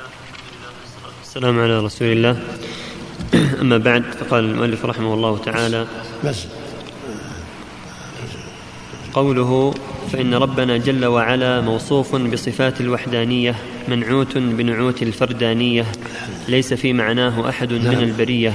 السلام على رسول الله. أما بعد، فقال المؤلف رحمه الله تعالى: قوله: فإن ربنا جل وعلا موصوف بصفات الوحدانية منعوت بنعوت الفردانية ليس في معناه أحد من البرية.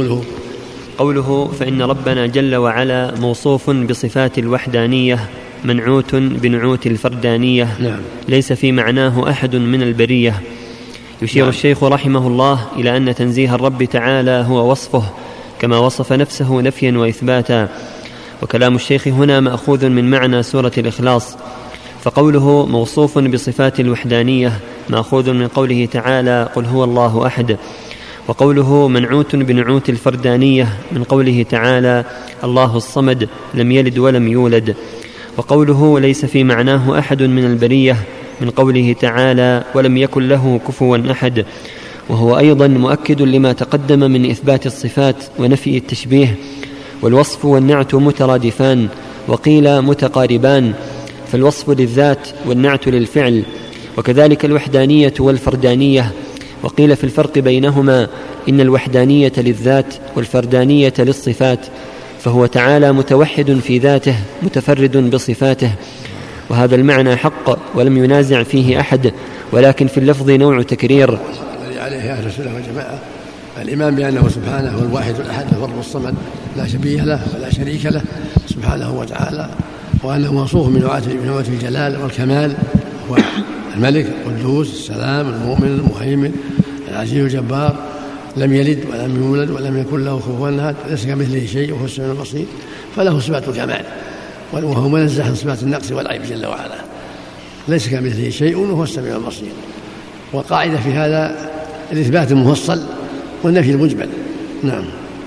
قوله فإن ربنا جل وعلا موصوف بصفات الوحدانية منعوت بنعوت الفردانية ليس في معناه أحد من البرية. يشير الشيخ رحمه الله إلى أن تنزيه الرب تعالى هو وصفه كما وصف نفسه نفيا وإثباتا. وكلام الشيخ هنا مأخوذ من معنى سورة الإخلاص، فقوله موصوف بصفات الوحدانية مأخوذ من قوله تعالى: قل هو الله أحد. وقوله منعوت بنعوت الفردانية من قوله تعالى: الله الصمد لم يلد ولم يولد. وقوله ليس في معناه أحد من البرية من قوله تعالى: ولم يكن له كفوا أحد. وهو أيضا مؤكد لما تقدم من إثبات الصفات ونفي التشبيه. والوصف والنعت مترادفان، وقيل متقاربان، فالوصف للذات والنعت للفعل، وكذلك الوحدانية والفردانية. وقيل في الفرق بينهما إن الوحدانية للذات والفردانية للصفات، فهو تعالى متوحد في ذاته متفرد بصفاته، وهذا المعنى حق ولم ينازع فيه أحد، ولكن في اللفظ نوع تكرير. عليه أهل السنة والجماعة الإيمان بأنه سبحانه هو الواحد الأحد الفرد الصمد لا شبيه له ولا شريك له سبحانه وتعالى، وأنه موصوف من نعوت الجلال والكمال، هو الملك القدوس السلام المؤمن المهيمن العزيز الجبار، لم يلد ولم يولد ولم يكن له كفوا أحد، ليس كمثله شيء وهو السميع البصير، فله صفات الكمال، وهو منزه عن صفات النقص والعيب جل وعلا، ليس كمثله شيء وهو السميع البصير. والقاعدة في هذا الإثبات المفصل والنفي المجمل. نعم.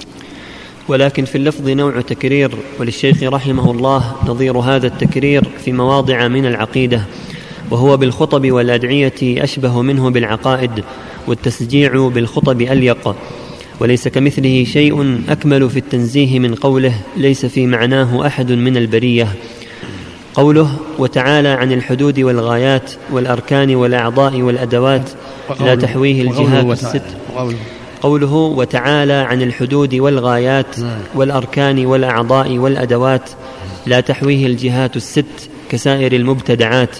ولكن في اللفظ نوع تكرير، وللشيخ رحمه الله نظير هذا التكرير في مواضع من العقيدة، وهو بالخطب والأدعية أشبه منه بالعقائد، والتسجيع بالخطب أليق. وليس كمثله شيء أكمل في التنزيه من قوله ليس في معناه أحد من البرية. قوله وتعالى عن الحدود والغايات والأركان والأعضاء والأدوات لا تحويه الجهات الست. قوله وتعالى عن الحدود والغايات والأركان والأعضاء والأدوات لا تحويه الجهات الست كسائر المبتدعات.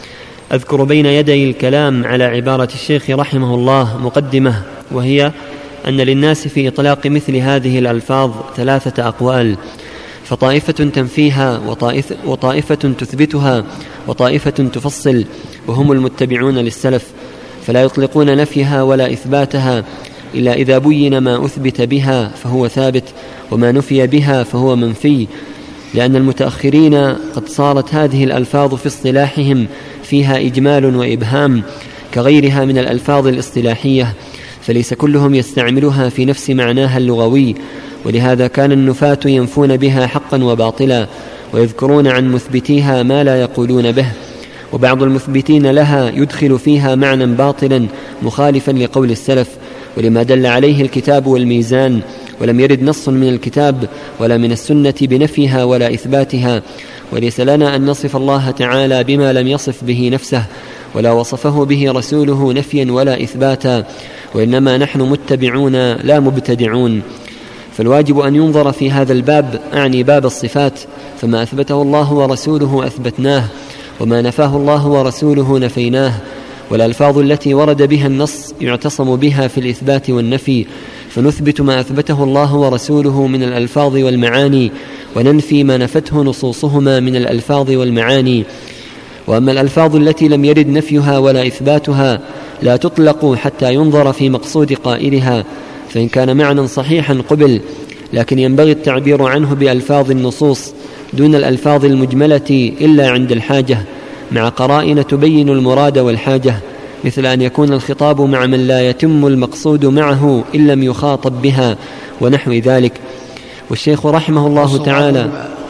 أذكر بين يدي الكلام على عبارة الشيخ رحمه الله مقدمة، وهي أن للناس في إطلاق مثل هذه الألفاظ 3 أقوال، فطائفة تنفيها وطائفة تثبتها وطائفة تفصل، وهم المتبعون للسلف، فلا يطلقون نفيها ولا إثباتها إلا إذا بين ما أثبت بها فهو ثابت، وما نفي بها فهو منفي، لأن المتأخرين قد صارت هذه الألفاظ في اصطلاحهم فيها إجمال وإبهام كغيرها من الألفاظ الاصطلاحية، فليس كلهم يستعملها في نفس معناها اللغوي، ولهذا كان النفاة ينفون بها حقا وباطلا، ويذكرون عن مثبتيها ما لا يقولون به، وبعض المثبتين لها يدخل فيها معنى باطلا مخالفا لقول السلف ولما دل عليه الكتاب والميزان، ولم يرد نص من الكتاب ولا من السنة بنفيها ولا إثباتها. وليس لنا أن نصف الله تعالى بما لم يصف به نفسه ولا وصفه به رسوله نفيا ولا إثباتا، وإنما نحن متبعون لا مبتدعون. فالواجب أن ينظر في هذا الباب، أعني باب الصفات، فما أثبته الله ورسوله أثبتناه، وما نفاه الله ورسوله نفيناه. والألفاظ التي ورد بها النص يعتصم بها في الإثبات والنفي، فنثبت ما أثبته الله ورسوله من الألفاظ والمعاني، وننفي ما نفته نصوصهما من الألفاظ والمعاني. وأما الألفاظ التي لم يرد نفيها ولا إثباتها لا تطلق حتى ينظر في مقصود قائلها، فإن كان معنى صحيحا قبل، لكن ينبغي التعبير عنه بألفاظ النصوص دون الألفاظ المجملة إلا عند الحاجة، مع قرائن تبين المراد والحاجة، مثل أن يكون الخطاب مع من لا يتم المقصود معه إن لم يخاطب بها ونحو ذلك. والشيخ رحمه الله تعالى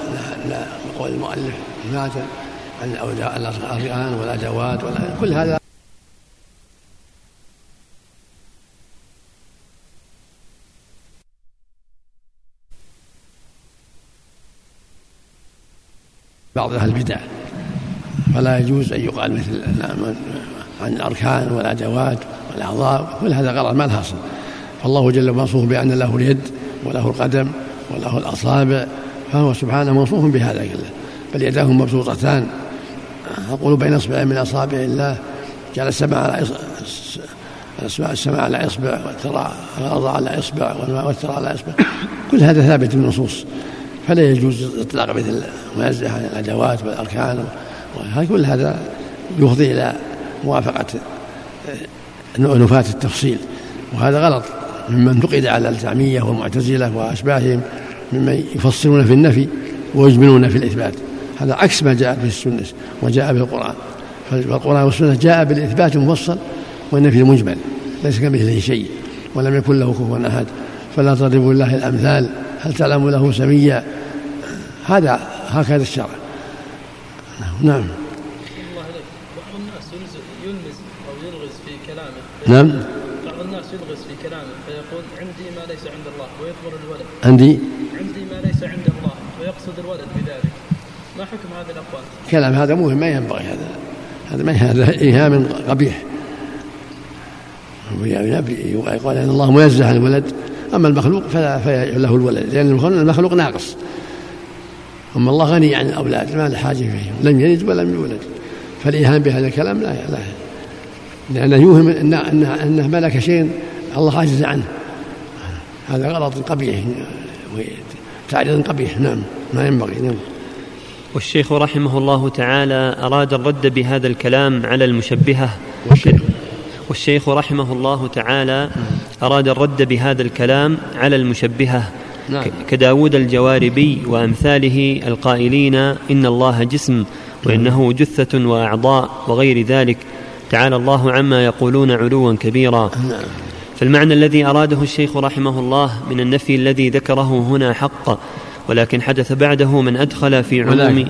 لا قول المؤلف عن الأركان والأدوات كل هذا بعض أهل البدع، فلا يجوز أن يقال مثل عن الأركان والأدوات والأعضاء، كل هذا غلط ما الحاصل. فالله جل موصوف بأن له اليد وله القدم وله الأصابع، فهو سبحانه موصوف بهذا كله، بل يداه مبسوطتان، أقول بين أصبع من أصابع الله، جعل السماء على إصبع، والأرض على إصبع، والثرى على إصبع، كل هذا ثابت في النصوص، فلا يجوز إطلاق مثل منزه عن الأدوات والأركان، كل هذا يفضي إلى موافقة نفاة التفصيل، وهذا غلط ممن نقد على الجهمية والمعتزلة وأشباههم ممن يفصلون في النفي ويجملون في الإثبات. هذا عكس ما جاء به السنة وجاء به القرآن، فالقرآن والسنة جاء بالإثبات المفصل والنفي المجمل، ليس كمثله شيء ولم يكن له كفوا أحد، فلا تضربوا لله الأمثال هل تعلم له سميا، هكذا الشرع. نعم. بعض الناس يلمز أو يلغز في كلامه. نعم. بعض الناس يلغز في كلامه فيقول عندي ما ليس عند الله ويخبر الولد. عندي ما ليس عند الله ويقصد الولد بذلك، ما حكم هذه الأقوال؟ كلام هذا مهم، ما ينبغي هذا إيهام قبيح. يقول أن الله منزه عن الولد، أما المخلوق فله الولد، لأن المخلوق ناقص، أما الله غني عن الأولاد ما له حاجة فيهم، لم يلد ولم يولد، فالإيهام بهذا الكلام لا لأنه يوهم أنه ملك شيء الله عجز عنه، هذا غلط قبيح وتعريض قبيح. نعم، ما ينبغي. نعم. والشيخ رحمه الله تعالى أراد الرد بهذا الكلام على المشبهة. والشيخ رحمه الله تعالى أراد الرد بهذا الكلام على المشبهة. نعم. كداود الجواربي وأمثاله القائلين إن الله جسم وإنه جثة وأعضاء وغير ذلك، تعالى الله عما يقولون علوا كبيرا. نعم. فالمعنى الذي أراده الشيخ رحمه الله من النفي الذي ذكره هنا حق، ولكن حدث بعده من أدخل في عموم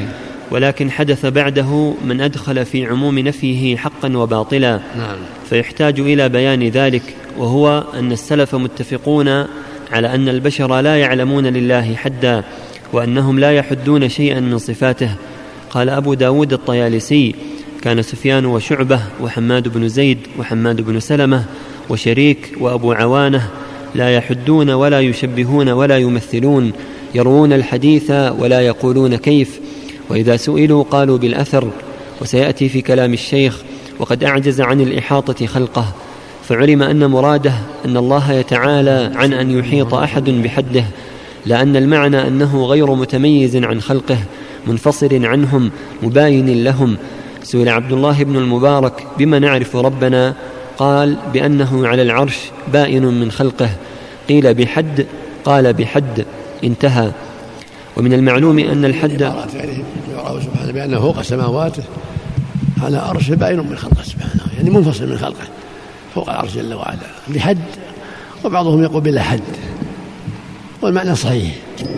من أدخل في عموم نفيه حقا وباطلا. نعم. فيحتاج إلى بيان ذلك، وهو أن السلف متفقون على أن البشر لا يعلمون لله حدا، وأنهم لا يحدون شيئا من صفاته. قال أبو داود الطيالسي: كان سفيان وشعبة وحماد بن زيد وحماد بن سلمة وشريك وأبو عوانة لا يحدون ولا يشبهون ولا يمثلون، يروون الحديث ولا يقولون كيف، وإذا سئلوا قالوا بالأثر. وسيأتي في كلام الشيخ: وقد أعجز عن الإحاطة خلقه، فعلم أن مراده أن الله يتعالى عن أن يحيط أحد بحده، لأن المعنى أنه غير متميز عن خلقه، منفصل عنهم، مباين لهم. سئل عبد الله بن المبارك: بما نعرف ربنا؟ قال: بأنه على العرش بائن من خلقه. قيل: بحد؟ قال: بحد. انتهى. ومن المعلوم أن الحد يراه سبحانه بأنه فوق سماواته على عرش بائن من خلقه سبحانه، يعني منفصل من خلقه فوق العرش جل وعلا بحد، وبعضهم يقول بلا حد، والمعنى صحيح.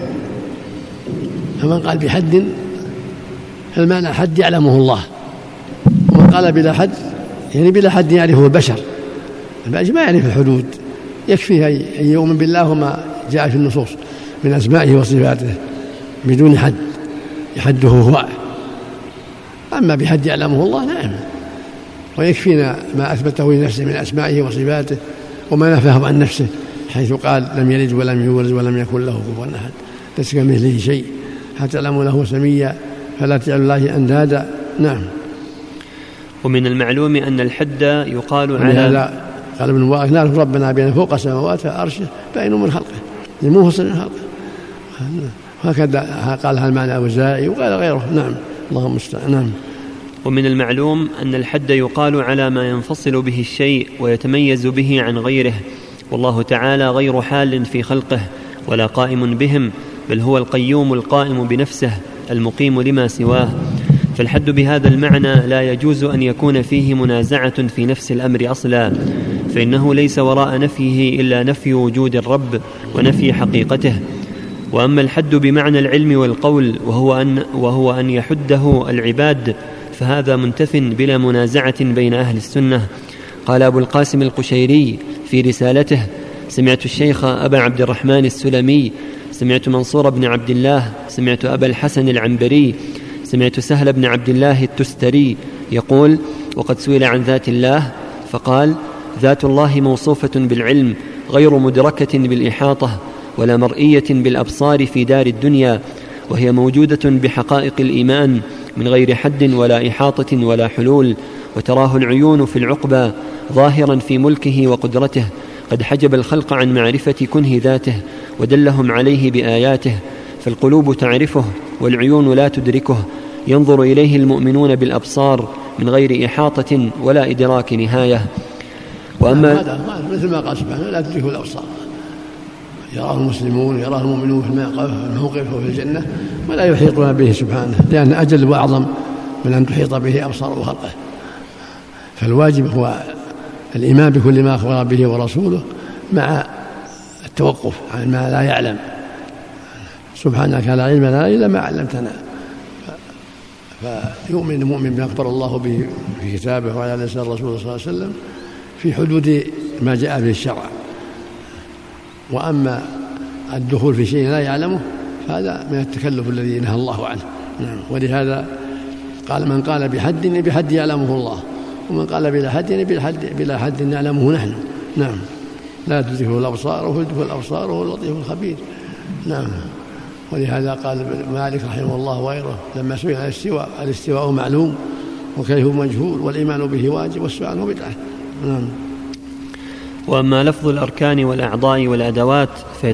فمن قال بحد فالمعنى حد يعلمه الله، ومن قال بلا حد يعني بلا حد يعرفه البشر، البشر ما يعرف الحدود، يكفيه أن يؤمن بالله وما جاء في النصوص من أسمائه وصفاته بدون حد يحده هو. أما بحد يعلمه الله نعم، ويكفينا ما أثبته لنفسه من أسمائه وصفاته وما نفاه عن نفسه، حيث قال: لم يلد ولم يولد ولم يكن له كفوا أحد، ليس كمثله شيء، هل تعلم له سميا فلا تجعل الله أندادا. نعم. ومن المعلوم أن الحد يقال على هذا قال ابن مبارك: نعرف ربنا بأن فوق سماواته عرشه بائن من خلقه، منفصل من خلقه، هكذا قال المعنى الأوزاعي وقال غيره. نعم، اللهم المستعان. نعم. ومن المعلوم أن الحد يقال على ما ينفصل به الشيء ويتميز به عن غيره، والله تعالى غير حال في خلقه ولا قائم بهم، بل هو القيوم القائم بنفسه المقيم لما سواه. فالحد بهذا المعنى لا يجوز أن يكون فيه منازعة في نفس الأمر أصلا، فإنه ليس وراء نفيه إلا نفي وجود الرب ونفي حقيقته. وأما الحد بمعنى العلم والقول وهو أن يحده العباد، فهذا منتف بلا منازعة بين أهل السنة. قال أبو القاسم القشيري في رسالته: سمعت الشيخ أبا عبد الرحمن السلمي، سمعت منصور بن عبد الله، سمعت أبا الحسن العنبري، سمعت سهل بن عبد الله التستري يقول: وقد سئل عن ذات الله فقال: ذات الله موصوفة بالعلم غير مدركة بالإحاطة ولا مرئية بالأبصار في دار الدنيا، وهي موجودة بحقائق الإيمان من غير حد ولا إحاطة ولا حلول، وتراه العيون في العقبى ظاهرا في ملكه وقدرته، قد حجب الخلق عن معرفة كنه ذاته ودلهم عليه بآياته، فالقلوب تعرفه والعيون لا تدركه، ينظر إليه المؤمنون بالأبصار من غير إحاطة ولا إدراك نهاية. وأما هذا مثل ما قال سبحانه لا تدركه الأبصار، يراه المسلمون يراه المؤمنون في الموقف وفي الجنة ولا يحيطون به سبحانه، لأن أجل وأعظم من أن تحيط به أبصار خلقه. فالواجب هو الإيمان بكل ما أخبر به ورسوله مع التوقف عن ما لا يعلم. سبحانك لا علم لنا إلا ما علمتنا. فيؤمن المؤمن بما أخبر الله به في كتابه وعلى لسان الرسول صلى الله عليه وسلم في حدود ما جاء به الشرع. وأما الدخول في شيء لا يعلمه فهذا من التكلف الذي نهى الله عنه. ولهذا قال من قال بحد يعلمه الله، ومن قال بلا حد نعلمه نحن. نعم، لا تدركه الأبصار وهو يدرك الأبصار وهو اللطيف الخبير. نعم. ولهذا قال مالك رحمه الله وغيره لما سئل عن الاستواء معلوم وكيف مجهول والإيمان به واجب والسؤال عنه بدعة. نعم. وأما لفظ الأركان والأعضاء والأدوات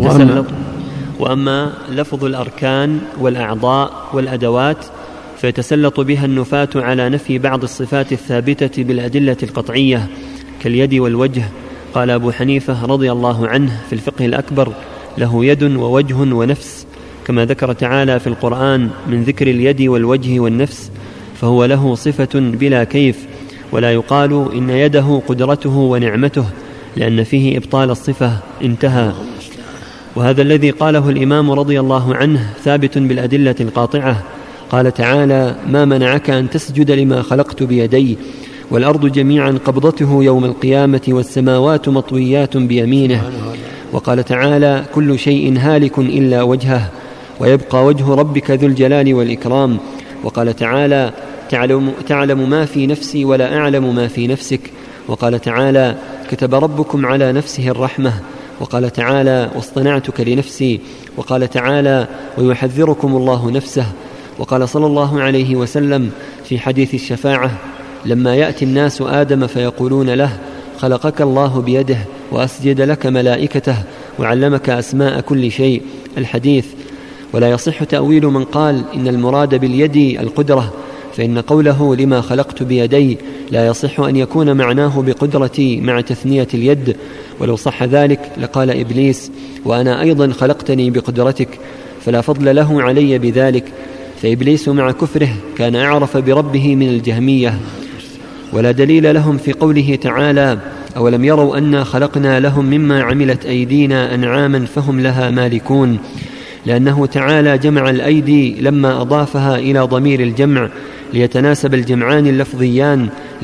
فيتسلط بها النفاة على نفي بعض الصفات الثابتة بالأدلة القطعية كاليد والوجه. قال أبو حنيفة رضي الله عنه في الفقه الأكبر: له يد ووجه ونفس، كما ذكر تعالى في القرآن من ذكر اليد والوجه والنفس، فهو له صفة بلا كيف، ولا يقال إن يده قدرته ونعمته، لأن فيه إبطال الصفة. انتهى. وهذا الذي قاله الإمام رضي الله عنه ثابت بالأدلة القاطعة. قال تعالى: ما منعك أن تسجد لما خلقت بيدي، والأرض جميعا قبضته يوم القيامة والسماوات مطويات بيمينه. وقال تعالى: كل شيء هالك إلا وجهه، ويبقى وجه ربك ذو الجلال والإكرام. وقال تعالى: تعلم ما في نفسي ولا أعلم ما في نفسك. وقال تعالى: كتب ربكم على نفسه الرحمة. وقال تعالى: واصطنعتك لنفسي. وقال تعالى: ويحذركم الله نفسه. وقال صلى الله عليه وسلم في حديث الشفاعة: لما يأتي الناس آدم فيقولون له: خلقك الله بيده وأسجد لك ملائكته وعلمك أسماء كل شيء. الحديث. ولا يصح تأويل من قال إن المراد باليد القدرة، فإن قوله لما خلقت بيدي لا يصح أن يكون معناه بقدرتي مع تثنية اليد، ولو صح ذلك لقال إبليس: وأنا أيضا خلقتني بقدرتك، فلا فضل له علي بذلك. فإبليس مع كفره كان أعرف بربه من الجهمية. ولا دليل لهم في قوله تعالى: أولم يروا أنا خلقنا لهم مما عملت أيدينا أنعاما فهم لها مالكون، لأنه تعالى جمع الأيدي لما أضافها إلى ضمير الجمع ليتناسب الجمعان اللفظيان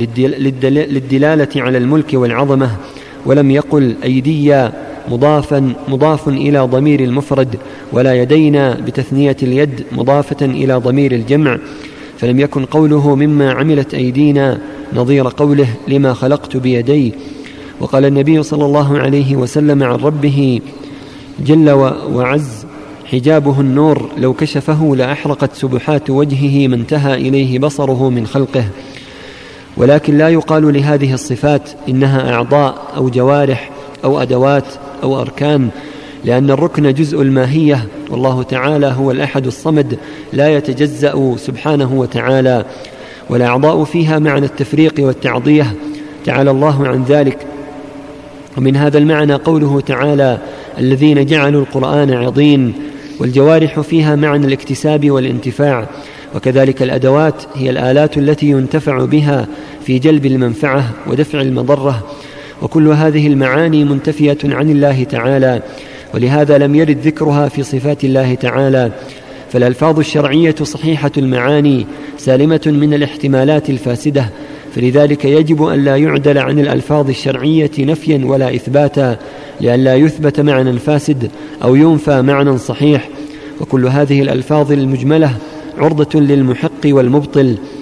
للدلالة على الملك والعظمة، ولم يقل أيديا مضاف إلى ضمير المفرد، ولا يدينا بتثنية اليد مضافة إلى ضمير الجمع، فلم يكن قوله مما عملت أيدينا نظير قوله لما خلقت بيدي. وقال النبي صلى الله عليه وسلم عن ربه جل وعز: حجابه النور، لو كشفه لأحرقت سبحات وجهه ما انتهى إليه بصره من خلقه. ولكن لا يقال لهذه الصفات إنها أعضاء أو جوارح أو أدوات أو أركان، لأن الركن جزء الماهية، والله تعالى هو الأحد الصمد لا يتجزأ سبحانه وتعالى، والأعضاء فيها معنى التفريق والتعضية، تعالى الله عن ذلك. ومن هذا المعنى قوله تعالى: الذين جعلوا القرآن عضين. والجوارح فيها معنى الاكتساب والانتفاع، وكذلك الأدوات هي الآلات التي ينتفع بها في جلب المنفعة ودفع المضرة، وكل هذه المعاني منتفية عن الله تعالى، ولهذا لم يرد ذكرها في صفات الله تعالى. فالألفاظ الشرعية صحيحة المعاني سالمة من الاحتمالات الفاسدة، فلذلك يجب أن لا يعدل عن الألفاظ الشرعية نفيا ولا إثباتا، لأن لا يثبت معنى فاسد أو ينفى معنى صحيح. وكل هذه الألفاظ المجملة عرضة للمحق والمبطل.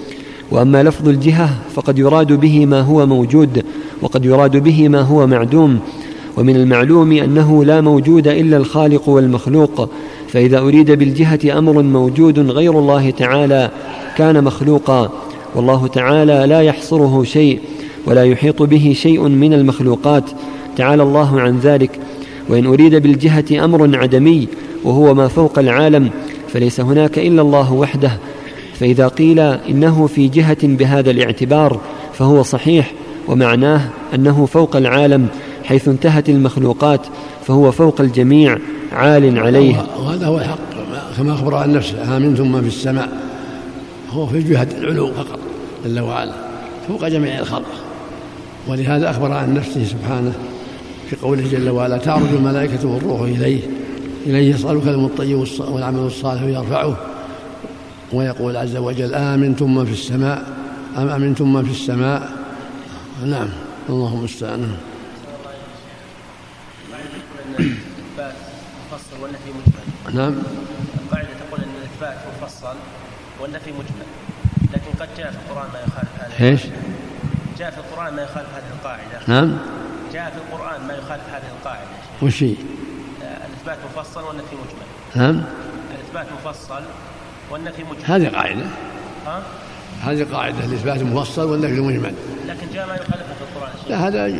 وأما لفظ الجهة فقد يراد به ما هو موجود، وقد يراد به ما هو معدوم، ومن المعلوم أنه لا موجود إلا الخالق والمخلوق، فإذا أريد بالجهة أمر موجود غير الله تعالى كان مخلوقا، والله تعالى لا يحصره شيء ولا يحيط به شيء من المخلوقات، تعالى الله عن ذلك. وإن أريد بالجهة أمر عدمي وهو ما فوق العالم فليس هناك إلا الله وحده، فإذا قيل إنه في جهة بهذا الاعتبار فهو صحيح، ومعناه أنه فوق العالم حيث انتهت المخلوقات، فهو فوق الجميع عال عليه. وهذا هو الحق كما أخبر عن نفسه: آمنتم من في السماء، هو في جهة العلو فقط جل وعلا فوق جميع الخلق. ولهذا أخبر عن نفسه سبحانه في قوله جل وعلا: تعرج الملائكة والروح إليه يصعد الكلم الطيب والعمل الصالح يرفعه. ويقول عز وجل: آمنتم من في السماء أم أمنتم من في السماء. نعم، اللهم المستعان. الإثبات مفصل والنفي مجمل. نعم، القاعدة تقول أن الإثبات مفصل والنفي مجمل، لكن قد جاء في القرآن ما يخالف هذا. ايش؟ جاء في القرآن ما يخالف هذه القاعدة. نعم، جاء في القرآن ما يخالف هذه القاعدة. وش هي؟ الإثبات مفصل والنفي مجمل. نعم، الإثبات مفصل والنفي مجمل. هذه قاعدة. هذه قاعدة: الإثبات مفصل والنفي مجمل. لكن جاء ما يخالفه في القرآن. لا، هذا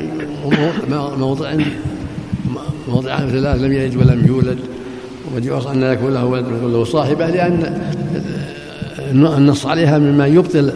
موضعان ثلاث: لم يلد ولم يولد، وجوز أن يكون له ولد ويكون له صاحبة، لأن النص عليها مما يبطل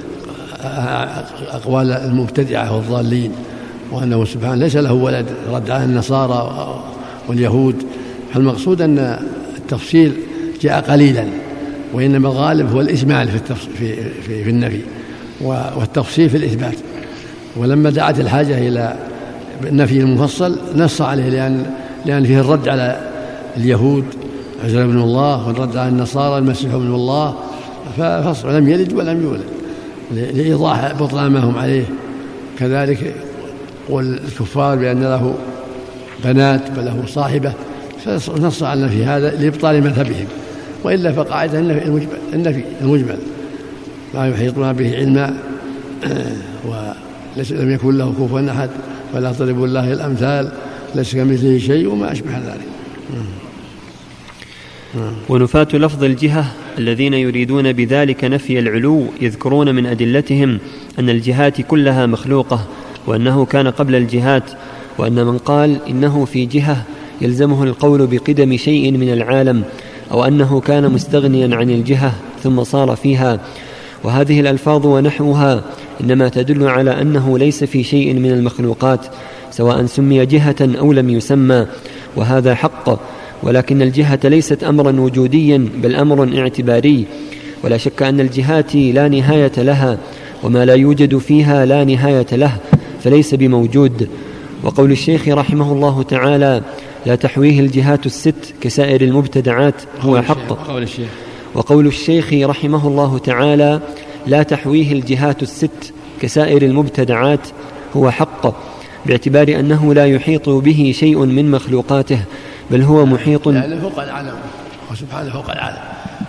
أقوال المبتدعة والضالين، وأنه سبحانه ليس له ولد، رد على النصارى واليهود. فالمقصود أن التفصيل جاء قليلا، وإنما الغالب هو الإجمال في النفي والتفصيل في الإثبات. ولما دعت الحاجة إلى النفي المفصل نص عليه، لأن فيه الرد على اليهود عزيز ابن الله، والرد على النصارى المسيح ابن الله، ففصل: لم يلد ولم يولد، لإيضاح بطلان ما هم عليه. كذلك قول الكفار بأن له بنات بل له صاحبة، فنص على في هذا لإبطال مذهبهم. وإلا فقاعدة النفي المجمل ما يحيطون به علما، ولم يكن له كفوا أحد، ولا تضربوا الله الأمثال، ليس كمثله شيء، وما أشبه ذلك. ونفاة لفظ الجهة الذين يريدون بذلك نفي العلو يذكرون من أدلتهم أن الجهات كلها مخلوقة، وأنه كان قبل الجهات، وأن من قال إنه في جهة يلزمه القول بقدم شيء من العالم، أو أنه كان مستغنيا عن الجهة ثم صار فيها. وهذه الألفاظ ونحوها إنما تدل على أنه ليس في شيء من المخلوقات، سواء سمي جهة أو لم يسمى، وهذا حق. ولكن الجهة ليست أمرا وجوديا بل أمر اعتباري، ولا شك أن الجهات لا نهاية لها، وما لا يوجد فيها لا نهاية له، فليس بموجود. وقول الشيخ رحمه الله تعالى: لا تحويه الجهات الست كسائر المبتدعات هو حق. وقول الشيخ رحمه الله تعالى: لا تحويه الجهات الست كسائر المبتدعات هو حق، باعتبار أنه لا يحيط به شيء من مخلوقاته، بل هو محيط يعني فوق العالم، وسبحانه فوق العالم،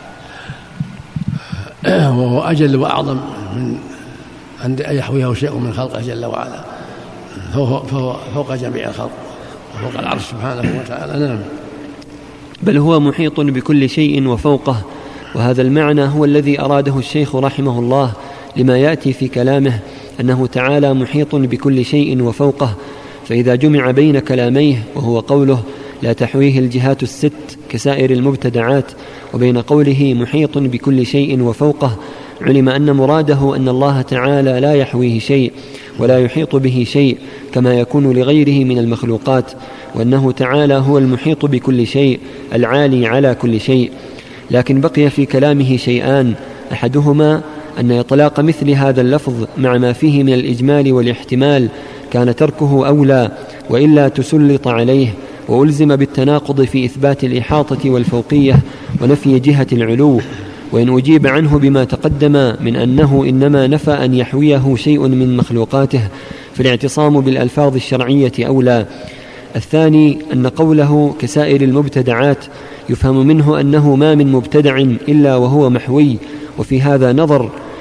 وهو أجل وأعظم من أن يحويه شيء من خلقه جل وعلا، فهو فوق جميع الخلق وفوق العرش سبحانه وتعالى. نعم، بل هو محيط بكل شيء وفوقه. وهذا المعنى هو الذي أراده الشيخ رحمه الله لما يأتي في كلامه أنه تعالى محيط بكل شيء وفوقه. فإذا جمع بين كلاميه، وهو قوله لا تحويه الجهات الست كسائر المبتدعات، وبين قوله محيط بكل شيء وفوقه، علم أن مراده أن الله تعالى لا يحويه شيء ولا يحيط به شيء كما يكون لغيره من المخلوقات، وأنه تعالى هو المحيط بكل شيء العالي على كل شيء. لكن بقي في كلامه شيئان: أحدهما أن إطلاق مثل هذا اللفظ مع ما فيه من الإجمال والاحتمال كان تركه أولى، وإلا تسلط عليه وألزم بالتناقض في إثبات الإحاطة والفوقية ونفي جهة العلو. وإن أجيب عنه بما تقدم من أنه إنما نفى أن يحويه شيء من مخلوقاته، فالاعتصام بالألفاظ الشرعية أولى. الثاني أن قوله كسائر المبتدعات يفهم منه أنه ما من مبتدع إلا وهو محوي، وفي هذا نظر،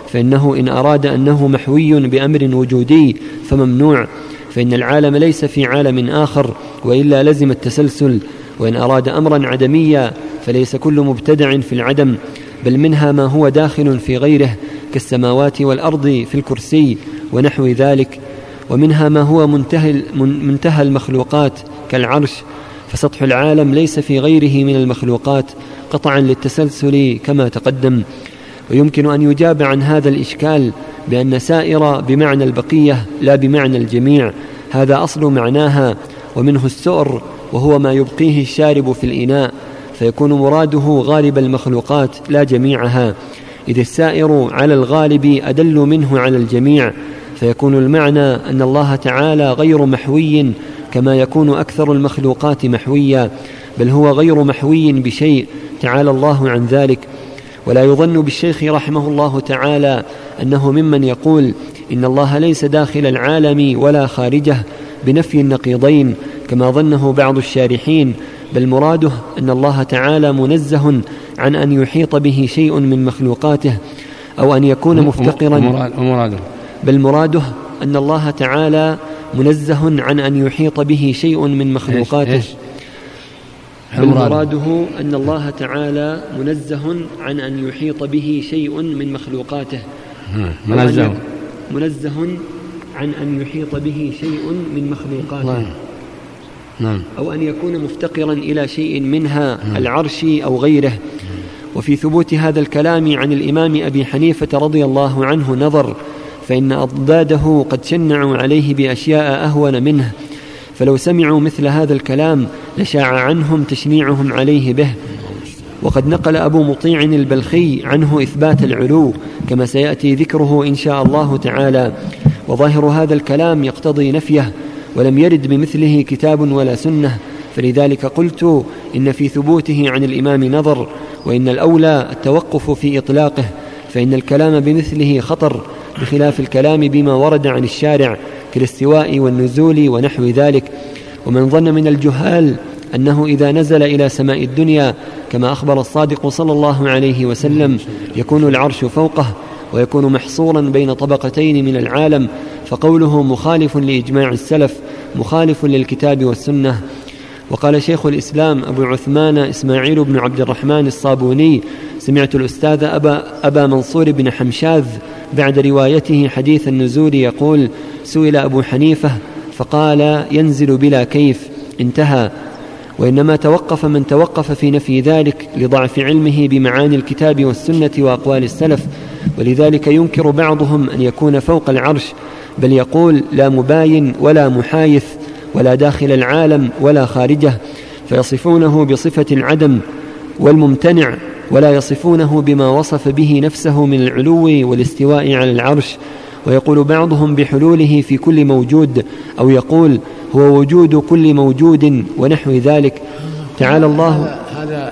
فإنه إن أراد أنه محوي بأمر وجودي فممنوع، فإن العالم ليس في عالم آخر وإلا لزم التسلسل. وإن أراد أمرا عدميا فليس كل مبتدع في العدم، بل منها ما هو داخل في غيره كالسماوات والأرض في الكرسي ونحو ذلك، ومنها ما هو منتهى المخلوقات كالعرش، فسطح العالم ليس في غيره من المخلوقات قطعا للتسلسل كما تقدم. ويمكن أن يجاب عن هذا الإشكال بأن سائر بمعنى البقية لا بمعنى الجميع، هذا أصل معناها، ومنه السؤر وهو ما يبقيه الشارب في الإناء، فيكون مراده غالب المخلوقات لا جميعها، إذ السائر على الغالب أدل منه على الجميع، فيكون المعنى أن الله تعالى غير محوي كما يكون أكثر المخلوقات محويا، بل هو غير محوي بشيء تعالى الله عن ذلك. ولا يظن بالشيخ رحمه الله تعالى أنه ممن يقول إن الله ليس داخل العالم ولا خارجه بنفي النقيضين كما ظنه بعض الشارحين، بل مراده أن الله تعالى منزه عن أن يحيط به شيء من مخلوقاته أو أن يكون مفتقرا، بل مراده أن الله تعالى منزه عن أن يحيط به شيء من مخلوقاته، بل مراده أن الله تعالى منزه عن أن يحيط به شيء من مخلوقاته، منزه عن أن يحيط به شيء من مخلوقاته، أو أن يكون مفتقرا إلى شيء منها العرش أو غيره. وفي ثبوت هذا الكلام عن الإمام أبي حنيفة رضي الله عنه نظر، فإن أضداده قد شنعوا عليه بأشياء أهون منه، فلو سمعوا مثل هذا الكلام لشاع عنهم تشنيعهم عليه به. وقد نقل أبو مطيع البلخي عنه إثبات العلو كما سيأتي ذكره إن شاء الله تعالى، وظاهر هذا الكلام يقتضي نفيه، ولم يرد بمثله كتاب ولا سنة، فلذلك قلت إن في ثبوته عن الإمام نظر، وإن الأولى التوقف في إطلاقه، فإن الكلام بمثله خطر، بخلاف الكلام بما ورد عن الشارع كالاستواء والنزول ونحو ذلك. ومن ظن من الجهال أنه إذا نزل إلى سماء الدنيا كما أخبر الصادق صلى الله عليه وسلم يكون العرش فوقه ويكون محصورا بين طبقتين من العالم، فقوله مخالف لإجماع السلف، مخالف للكتاب والسنة. وقال شيخ الإسلام أبو عثمان إسماعيل بن عبد الرحمن الصابوني: سمعت الأستاذ أبا منصور بن حمشاذ بعد روايته حديث النزول يقول: سئل أبو حنيفة فقال: ينزل بلا كيف، انتهى. وإنما توقف من توقف في نفي ذلك لضعف علمه بمعاني الكتاب والسنة وأقوال السلف، ولذلك ينكر بعضهم أن يكون فوق العرش، بل يقول: لا مباين ولا محايث ولا داخل العالم ولا خارجه، فيصفونه بصفة العدم والممتنع، ولا يصفونه بما وصف به نفسه من العلو والاستواء على العرش. ويقول بعضهم بحلوله في كل موجود، أو يقول هو وجود كل موجود ونحو ذلك. تعالى الله. هذا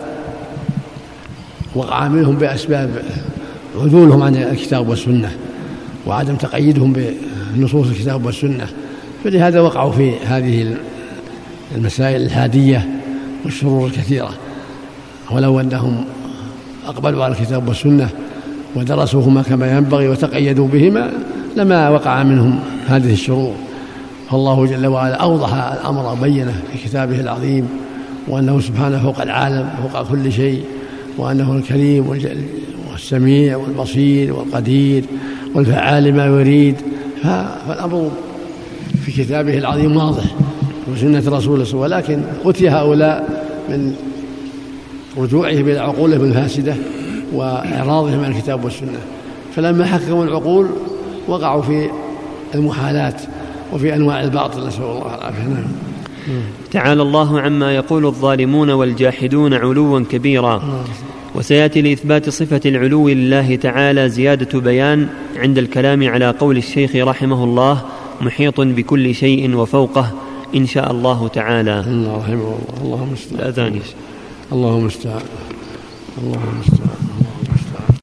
وقع منهم بأسباب عدولهم عن الكتاب والسنة وعدم تقييدهم بنصوص الكتاب والسنة، فلهذا وقعوا في هذه المسائل الهادية والشرور الكثيرة. ولو أنهم أقبلوا على الكتاب والسنة ودرسوهما كما ينبغي وتقيدوا بهما لما وقع منهم هذه الشرور. فالله جل وعلا أوضح الأمر وبينه في كتابه العظيم، وأنه سبحانه فوق العالم فوق كل شيء، وأنه الكريم والسميع والبصير والقدير والفعال ما يريد. فالأمر في كتابه العظيم واضح وسنة رسوله، ولكن أتي هؤلاء من رجوعهم إلى عقولهم الفاسدة وإعراضهم عن الكتاب والسنة، فلما حكموا العقول وقعوا في المحالات وفي أنواع الباطل، نسأل الله العافية. تعالى الله عما يقول الظالمون والجاحدون علوا كبيرا. وسيأتي لإثبات صفة العلو لله تعالى زيادة بيان عند الكلام على قول الشيخ رحمه الله: محيط بكل شيء وفوقه، إن شاء الله تعالى. الله رحمه الله. اللهم استعان. الأذان. اللهم استعان. اللهم استعان.